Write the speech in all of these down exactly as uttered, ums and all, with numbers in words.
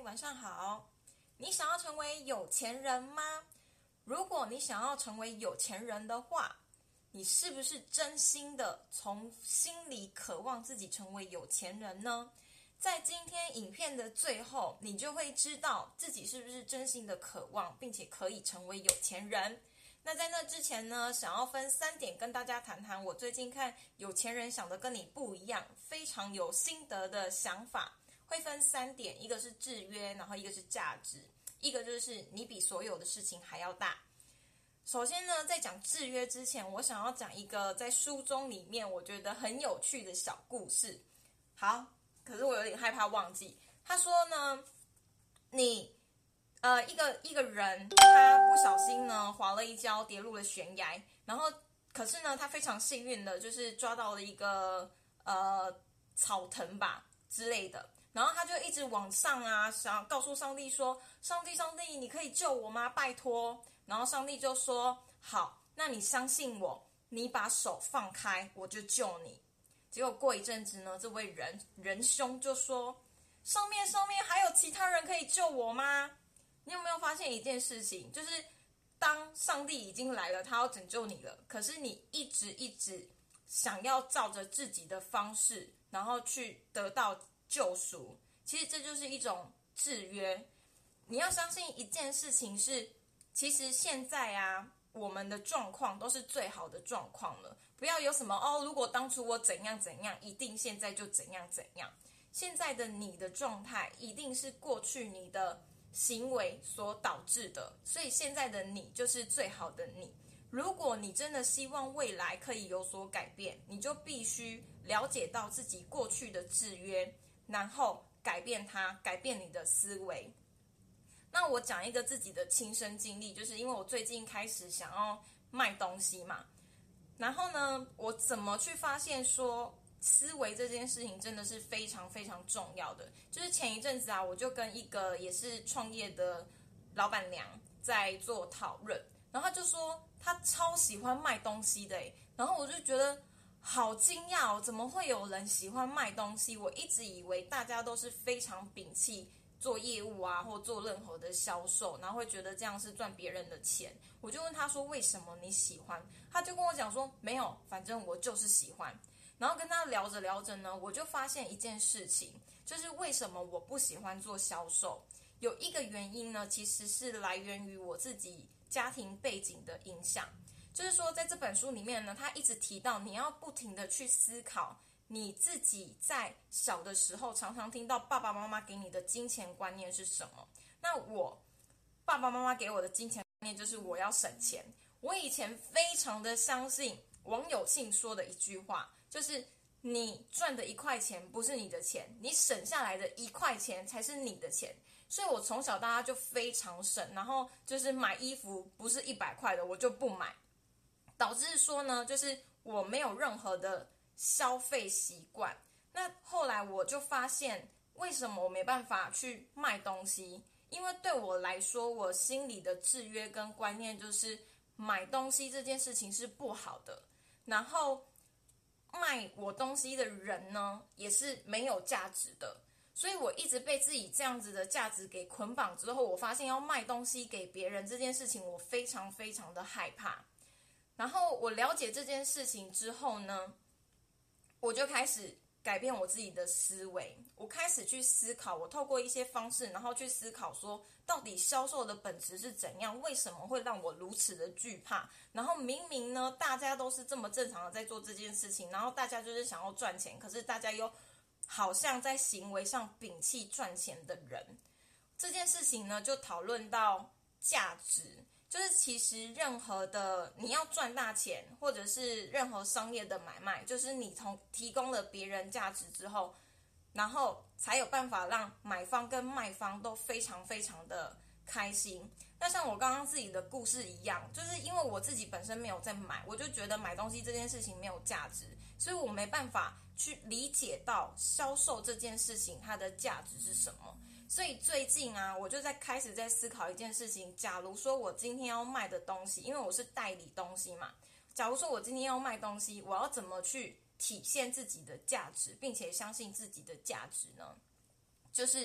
晚上好。你想要成为有钱人吗？如果你想要成为有钱人的话，你是不是真心的从心里渴望自己成为有钱人呢？在今天影片的最后，你就会知道自己是不是真心的渴望，并且可以成为有钱人。那在那之前呢，想要分三点跟大家谈谈我最近看有钱人想的跟你不一样，非常有心得的想法。会分三点，一个是制约，然后一个是价值，一个就是你比所有的事情还要大。首先呢，在讲制约之前，我想要讲一个在书中里面我觉得很有趣的小故事。好，可是我有点害怕忘记。他说呢，你呃一个一个人他不小心呢滑了一跤，跌入了悬崖，然后可是呢他非常幸运的就是抓到了一个呃草藤吧之类的。然后他就一直往上啊，想告诉上帝说：“上帝，上帝，你可以救我吗？拜托。”然后上帝就说：“好，那你相信我，你把手放开，我就救你。”结果过一阵子呢，这位仁仁兄就说：“上面上面还有其他人可以救我吗？”你有没有发现一件事情，就是当上帝已经来了，他要拯救你了，可是你一直一直想要照着自己的方式，然后去得到救赎，其实这就是一种制约。你要相信一件事情是，其实现在啊，我们的状况都是最好的状况了。不要有什么哦，如果当初我怎样怎样，一定现在就怎样怎样。现在的你的状态，一定是过去你的行为所导致的，所以现在的你就是最好的你。如果你真的希望未来可以有所改变，你就必须了解到自己过去的制约，然后改变它，改变你的思维。那我讲一个自己的亲身经历，就是因为我最近开始想要卖东西嘛，然后呢，我怎么去发现说思维这件事情真的是非常非常重要的。就是前一阵子啊，我就跟一个也是创业的老板娘在做讨论，然后他就说他超喜欢卖东西的耶，然后我就觉得好惊讶哦，怎么会有人喜欢卖东西？我一直以为大家都是非常摒弃做业务啊，或做任何的销售，然后会觉得这样是赚别人的钱。我就问他说为什么你喜欢？他就跟我讲说没有，反正我就是喜欢。然后跟他聊着聊着呢，我就发现一件事情，就是为什么我不喜欢做销售。有一个原因呢，其实是来源于我自己家庭背景的影响。就是说在这本书里面呢，他一直提到你要不停的去思考你自己在小的时候常常听到爸爸妈妈给你的金钱观念是什么。那我爸爸妈妈给我的金钱观念就是我要省钱。我以前非常的相信王有庆说的一句话，就是你赚的一块钱不是你的钱，你省下来的一块钱才是你的钱。所以我从小到大就非常省，然后就是买衣服不是一百块的我就不买，导致说呢，就是我没有任何的消费习惯。那后来我就发现，为什么我没办法去卖东西？因为对我来说，我心里的制约跟观念就是买东西这件事情是不好的，然后卖我东西的人呢，也是没有价值的。所以我一直被自己这样子的价值给捆绑之后，我发现要卖东西给别人这件事情，我非常非常的害怕。然后我了解这件事情之后呢，我就开始改变我自己的思维。我开始去思考，我透过一些方式，然后去思考说，到底销售的本质是怎样？为什么会让我如此的惧怕？然后明明呢，大家都是这么正常的在做这件事情，然后大家就是想要赚钱，可是大家又好像在行为上摒弃赚钱的人。这件事情呢，就讨论到价值。就是其实任何的你要赚大钱，或者是任何商业的买卖，就是你从提供了别人价值之后，然后才有办法让买方跟卖方都非常非常的开心。那像我刚刚自己的故事一样，就是因为我自己本身没有在买，我就觉得买东西这件事情没有价值，所以我没办法去理解到销售这件事情它的价值是什么。所以最近啊，我就在开始在思考一件事情，假如说我今天要卖的东西，因为我是代理东西嘛，假如说我今天要卖东西，我要怎么去体现自己的价值，并且相信自己的价值呢？就是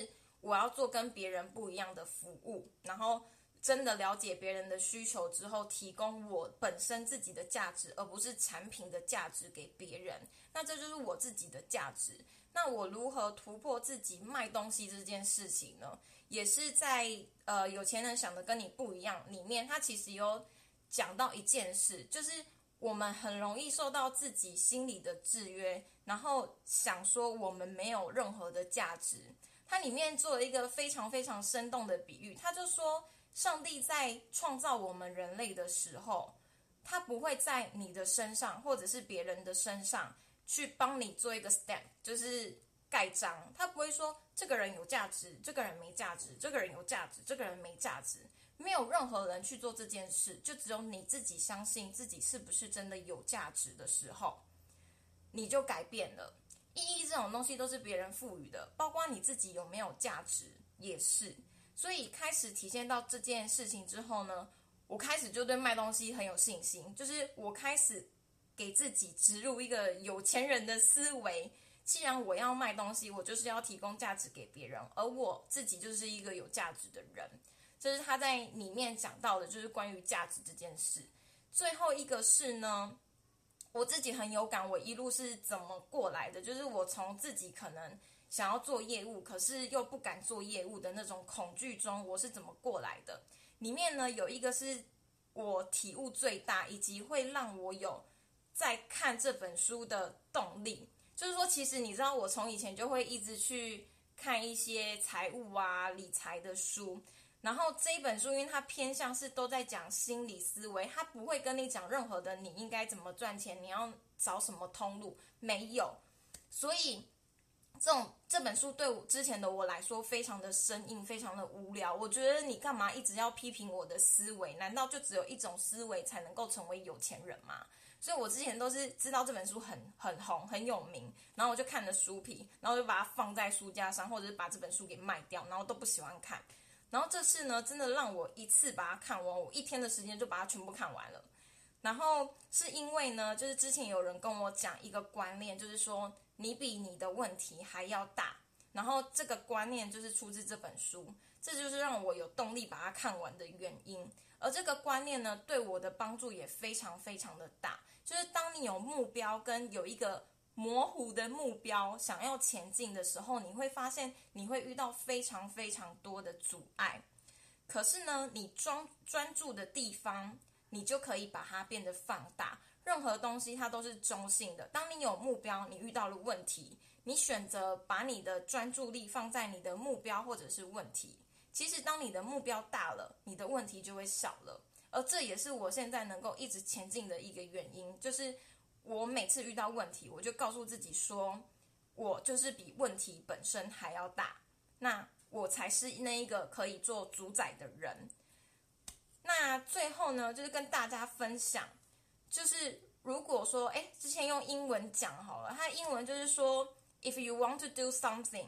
我要做跟别人不一样的服务，然后真的了解别人的需求之后，提供我本身自己的价值，而不是产品的价值给别人。那这就是我自己的价值。那我如何突破自己卖东西这件事情呢？也是在呃有钱人想的跟你不一样里面，他其实有讲到一件事，就是我们很容易受到自己心里的制约，然后想说我们没有任何的价值。它里面做了一个非常非常生动的比喻，他就说上帝在创造我们人类的时候，他不会在你的身上或者是别人的身上去帮你做一个 stamp， 就是盖章。他不会说这个人有价值，这个人没价值，这个人有价值，这个人没价值。没有任何人去做这件事，就只有你自己相信自己是不是真的有价值的时候，你就改变了。意义这种东西都是别人赋予的，包括你自己有没有价值也是。所以开始体现到这件事情之后呢，我开始就对卖东西很有信心，就是我开始给自己植入一个有钱人的思维。既然我要卖东西，我就是要提供价值给别人，而我自己就是一个有价值的人。这是他在里面讲到的，就是关于价值这件事。最后一个是呢，我自己很有感，我一路是怎么过来的，就是我从自己可能想要做业务，可是又不敢做业务的那种恐惧中，我是怎么过来的。里面呢有一个是我体悟最大，以及会让我有在看这本书的动力。就是说其实你知道我从以前就会一直去看一些财务啊理财的书，然后这一本书因为它偏向是都在讲心理思维，它不会跟你讲任何的你应该怎么赚钱，你要找什么通路，没有。所以这种这本书对我之前的我来说非常的生硬，非常的无聊。我觉得你干嘛一直要批评我的思维？难道就只有一种思维才能够成为有钱人吗？所以我之前都是知道这本书很很红很有名，然后我就看了书皮，然后就把它放在书架上，或者是把这本书给卖掉，然后都不喜欢看。然后这次呢真的让我一次把它看完，我一天的时间就把它全部看完了。然后是因为呢就是之前有人跟我讲一个观念，就是说你比你的问题还要大，然后这个观念就是出自这本书，这就是让我有动力把它看完的原因。而这个观念呢对我的帮助也非常非常的大，就是当你有目标跟有一个模糊的目标想要前进的时候，你会发现你会遇到非常非常多的阻碍。可是呢你专专注的地方，你就可以把它变得放大。任何东西它都是中性的，当你有目标，你遇到了问题，你选择把你的专注力放在你的目标或者是问题，其实当你的目标大了，你的问题就会小了。而这也是我现在能够一直前进的一个原因，就是我每次遇到问题，我就告诉自己说，我就是比问题本身还要大，那我才是那一个可以做主宰的人。那最后呢就是跟大家分享，就是如果说哎，之前用英文讲好了，它英文就是说 If you want to do something,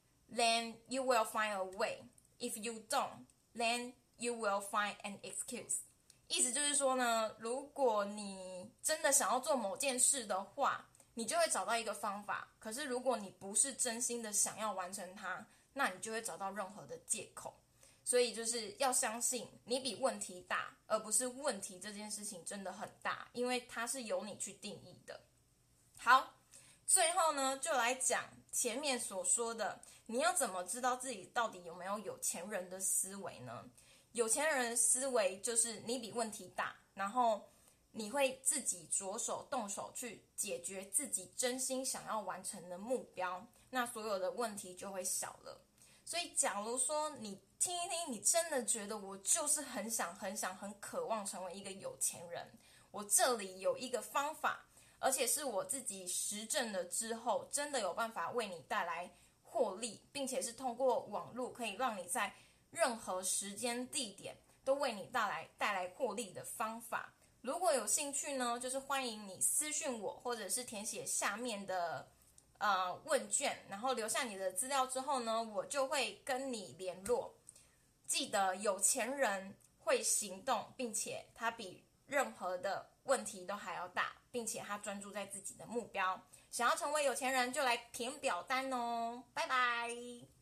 then you will find a way. If you don't, then you will find an excuse. 意思就是说呢，如果你真的想要做某件事的话，你就会找到一个方法。可是如果你不是真心的想要完成它，那你就会找到任何的借口。所以就是要相信你比问题大，而不是问题这件事情真的很大，因为它是由你去定义的。好，最后呢就来讲前面所说的，你要怎么知道自己到底有没有有钱人的思维呢？有钱人的思维就是你比问题大，然后你会自己着手动手去解决自己真心想要完成的目标，那所有的问题就会小了。所以假如说你听一听，你真的觉得我就是很想很想很渴望成为一个有钱人，我这里有一个方法，而且是我自己实证了之后真的有办法为你带来获利，并且是通过网络可以让你在任何时间地点都为你带来带来获利的方法。如果有兴趣呢，就是欢迎你私讯我，或者是填写下面的呃问卷，然后留下你的资料之后呢，我就会跟你联络。记得有钱人会行动，并且他比任何的问题都还要大，并且他专注在自己的目标。想要成为有钱人就来填表单哦，拜拜。